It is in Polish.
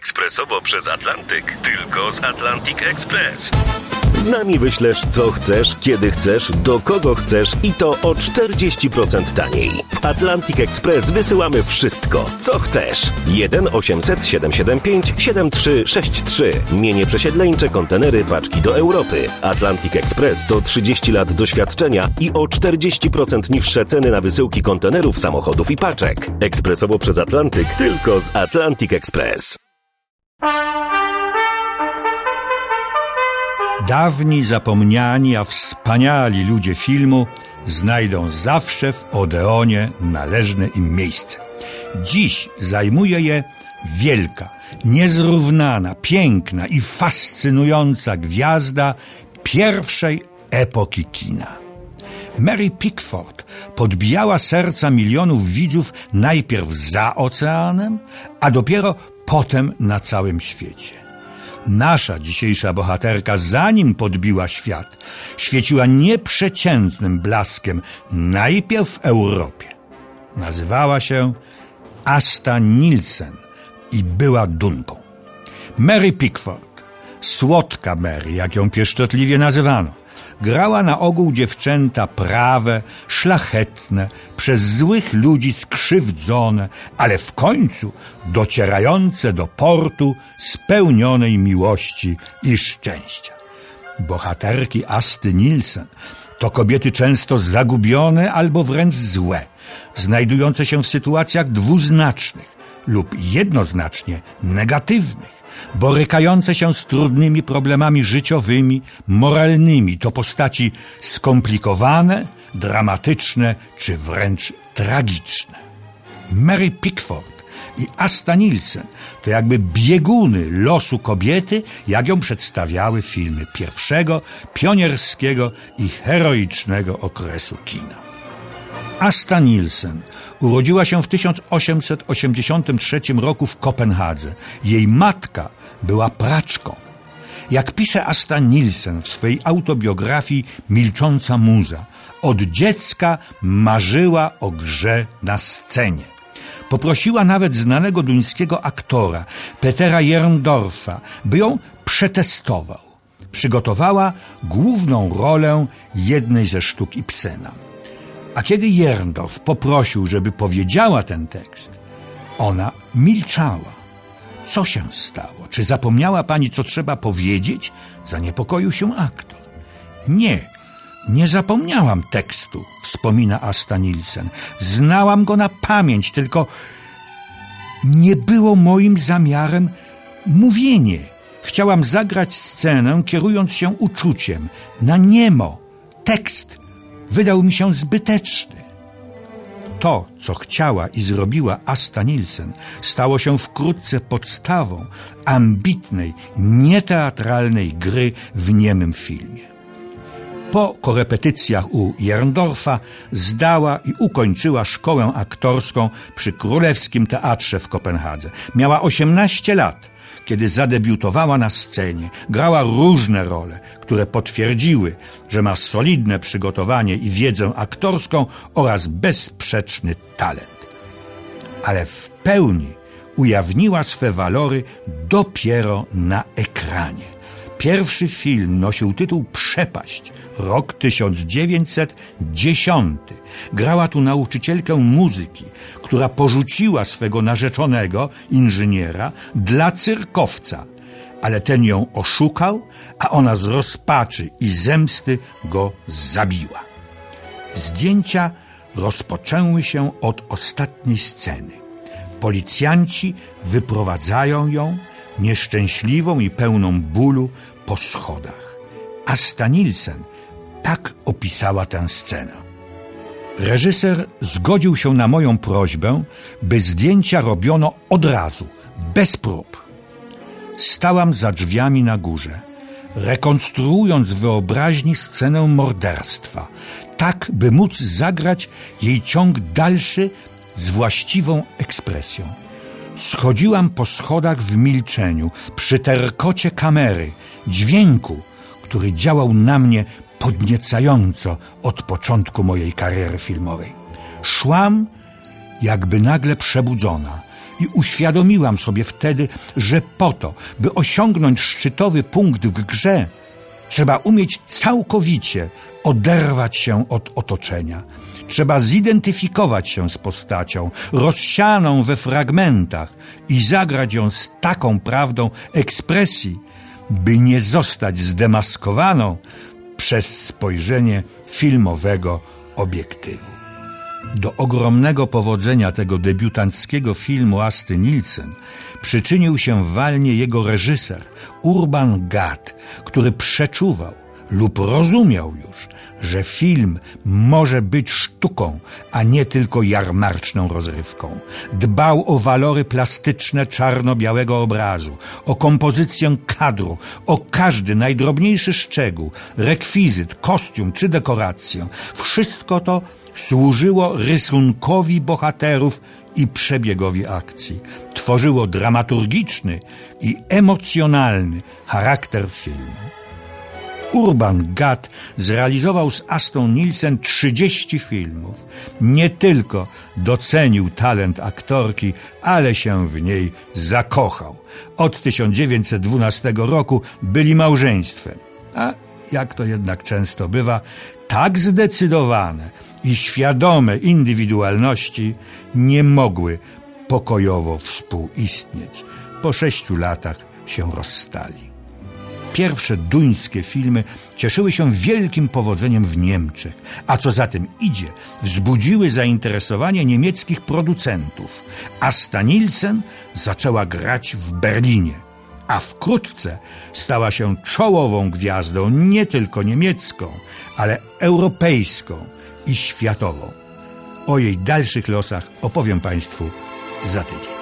Ekspresowo przez Atlantyk. Tylko z Atlantic Express. Z nami wyślesz co chcesz, kiedy chcesz, do kogo chcesz i to o 40% taniej. W Atlantic Express wysyłamy wszystko, co chcesz. 1-800-775-7363. Mienie przesiedleńcze, kontenery, paczki do Europy. Atlantic Express to 30 lat doświadczenia i o 40% niższe ceny na wysyłki kontenerów, samochodów i paczek. Ekspresowo przez Atlantyk, tylko z Atlantic Express. Dawni, zapomniani, a wspaniali ludzie filmu znajdą zawsze w Odeonie należne im miejsce. Dziś zajmuje je wielka, niezrównana, piękna i fascynująca gwiazda pierwszej epoki kina. Mary Pickford podbijała serca milionów widzów najpierw za oceanem, a dopiero potem na całym świecie. Nasza dzisiejsza bohaterka, zanim podbiła świat, świeciła nieprzeciętnym blaskiem najpierw w Europie. Nazywała się Asta Nielsen i była Dunką. Mary Pickford, słodka Mary, jak ją pieszczotliwie nazywano, grała na ogół dziewczęta prawe, szlachetne, przez złych ludzi skrzywdzone, ale w końcu docierające do portu spełnionej miłości i szczęścia. Bohaterki Asty Nielsen to kobiety często zagubione albo wręcz złe, znajdujące się w sytuacjach dwuznacznych lub jednoznacznie negatywnych, borykające się z trudnymi problemami życiowymi, moralnymi. To postaci skomplikowane, dramatyczne czy wręcz tragiczne. Mary Pickford i Asta Nielsen to jakby bieguny losu kobiety, jak ją przedstawiały filmy pierwszego, pionierskiego i heroicznego okresu kina. Asta Nielsen urodziła się w 1883 roku w Kopenhadze. Jej matka była praczką. Jak pisze Asta Nielsen w swojej autobiografii Milcząca muza, od dziecka marzyła o grze na scenie. Poprosiła nawet znanego duńskiego aktora Petera Jerndorfa, by ją przetestował. Przygotowała główną rolę jednej ze sztuk Ibsena. A kiedy Jerndorf poprosił, żeby powiedziała ten tekst, ona milczała. Co się stało? Czy zapomniała pani, co trzeba powiedzieć? Zaniepokoił się aktor. Nie zapomniałam tekstu, wspomina Asta Nielsen. Znałam go na pamięć, tylko nie było moim zamiarem mówienie. Chciałam zagrać scenę, kierując się uczuciem, na niemo. Tekst wydał mi się zbyteczny. To, co chciała i zrobiła Asta Nielsen, stało się wkrótce podstawą ambitnej, nieteatralnej gry w niemym filmie. Po korepetycjach u Jerndorfa zdała i ukończyła szkołę aktorską przy Królewskim Teatrze w Kopenhadze. Miała 18 lat, kiedy zadebiutowała na scenie. Grała różne role, które potwierdziły, że ma solidne przygotowanie i wiedzę aktorską oraz bezsprzeczny talent. Ale w pełni ujawniła swe walory dopiero na ekranie. Pierwszy film nosił tytuł Przepaść, rok 1910. Grała tu nauczycielkę muzyki, która porzuciła swego narzeczonego, inżyniera, dla cyrkowca, ale ten ją oszukał, a ona z rozpaczy i zemsty go zabiła. Zdjęcia rozpoczęły się od ostatniej sceny. Policjanci wyprowadzają ją, nieszczęśliwą i pełną bólu, po schodach. Asta Nielsen tak opisała tę scenę. Reżyser zgodził się na moją prośbę, by zdjęcia robiono od razu, bez prób. Stałam za drzwiami na górze, rekonstruując w wyobraźni scenę morderstwa, tak by móc zagrać jej ciąg dalszy z właściwą ekspresją. Schodziłam po schodach w milczeniu, przy terkocie kamery, dźwięku, który działał na mnie podniecająco od początku mojej kariery filmowej. Szłam jakby nagle przebudzona i uświadomiłam sobie wtedy, że po to, by osiągnąć szczytowy punkt w grze, trzeba umieć całkowicie oderwać się od otoczenia. Trzeba zidentyfikować się z postacią, rozsianą we fragmentach i zagrać ją z taką prawdą ekspresji, by nie zostać zdemaskowaną przez spojrzenie filmowego obiektywu. Do ogromnego powodzenia tego debiutanckiego filmu Asty Nielsen przyczynił się walnie jego reżyser Urban Gad, który przeczuwał lub rozumiał już, że film może być sztuką, a nie tylko jarmarczną rozrywką. Dbał o walory plastyczne czarno-białego obrazu, o kompozycję kadru, o każdy najdrobniejszy szczegół, rekwizyt, kostium czy dekorację. Wszystko to służyło rysunkowi bohaterów i przebiegowi akcji. Tworzyło dramaturgiczny i emocjonalny charakter filmu. Urban Gad zrealizował z Astą Nielsen 30 filmów. Nie tylko docenił talent aktorki, ale się w niej zakochał. Od 1912 roku byli małżeństwem. A jak to jednak często bywa, tak zdecydowane i świadome indywidualności nie mogły pokojowo współistnieć. Po 6 latach się rozstali. Pierwsze duńskie filmy cieszyły się wielkim powodzeniem w Niemczech, a co za tym idzie, wzbudziły zainteresowanie niemieckich producentów. Asta Nielsen zaczęła grać w Berlinie, a wkrótce stała się czołową gwiazdą nie tylko niemiecką, ale europejską i światową. O jej dalszych losach opowiem Państwu za tydzień.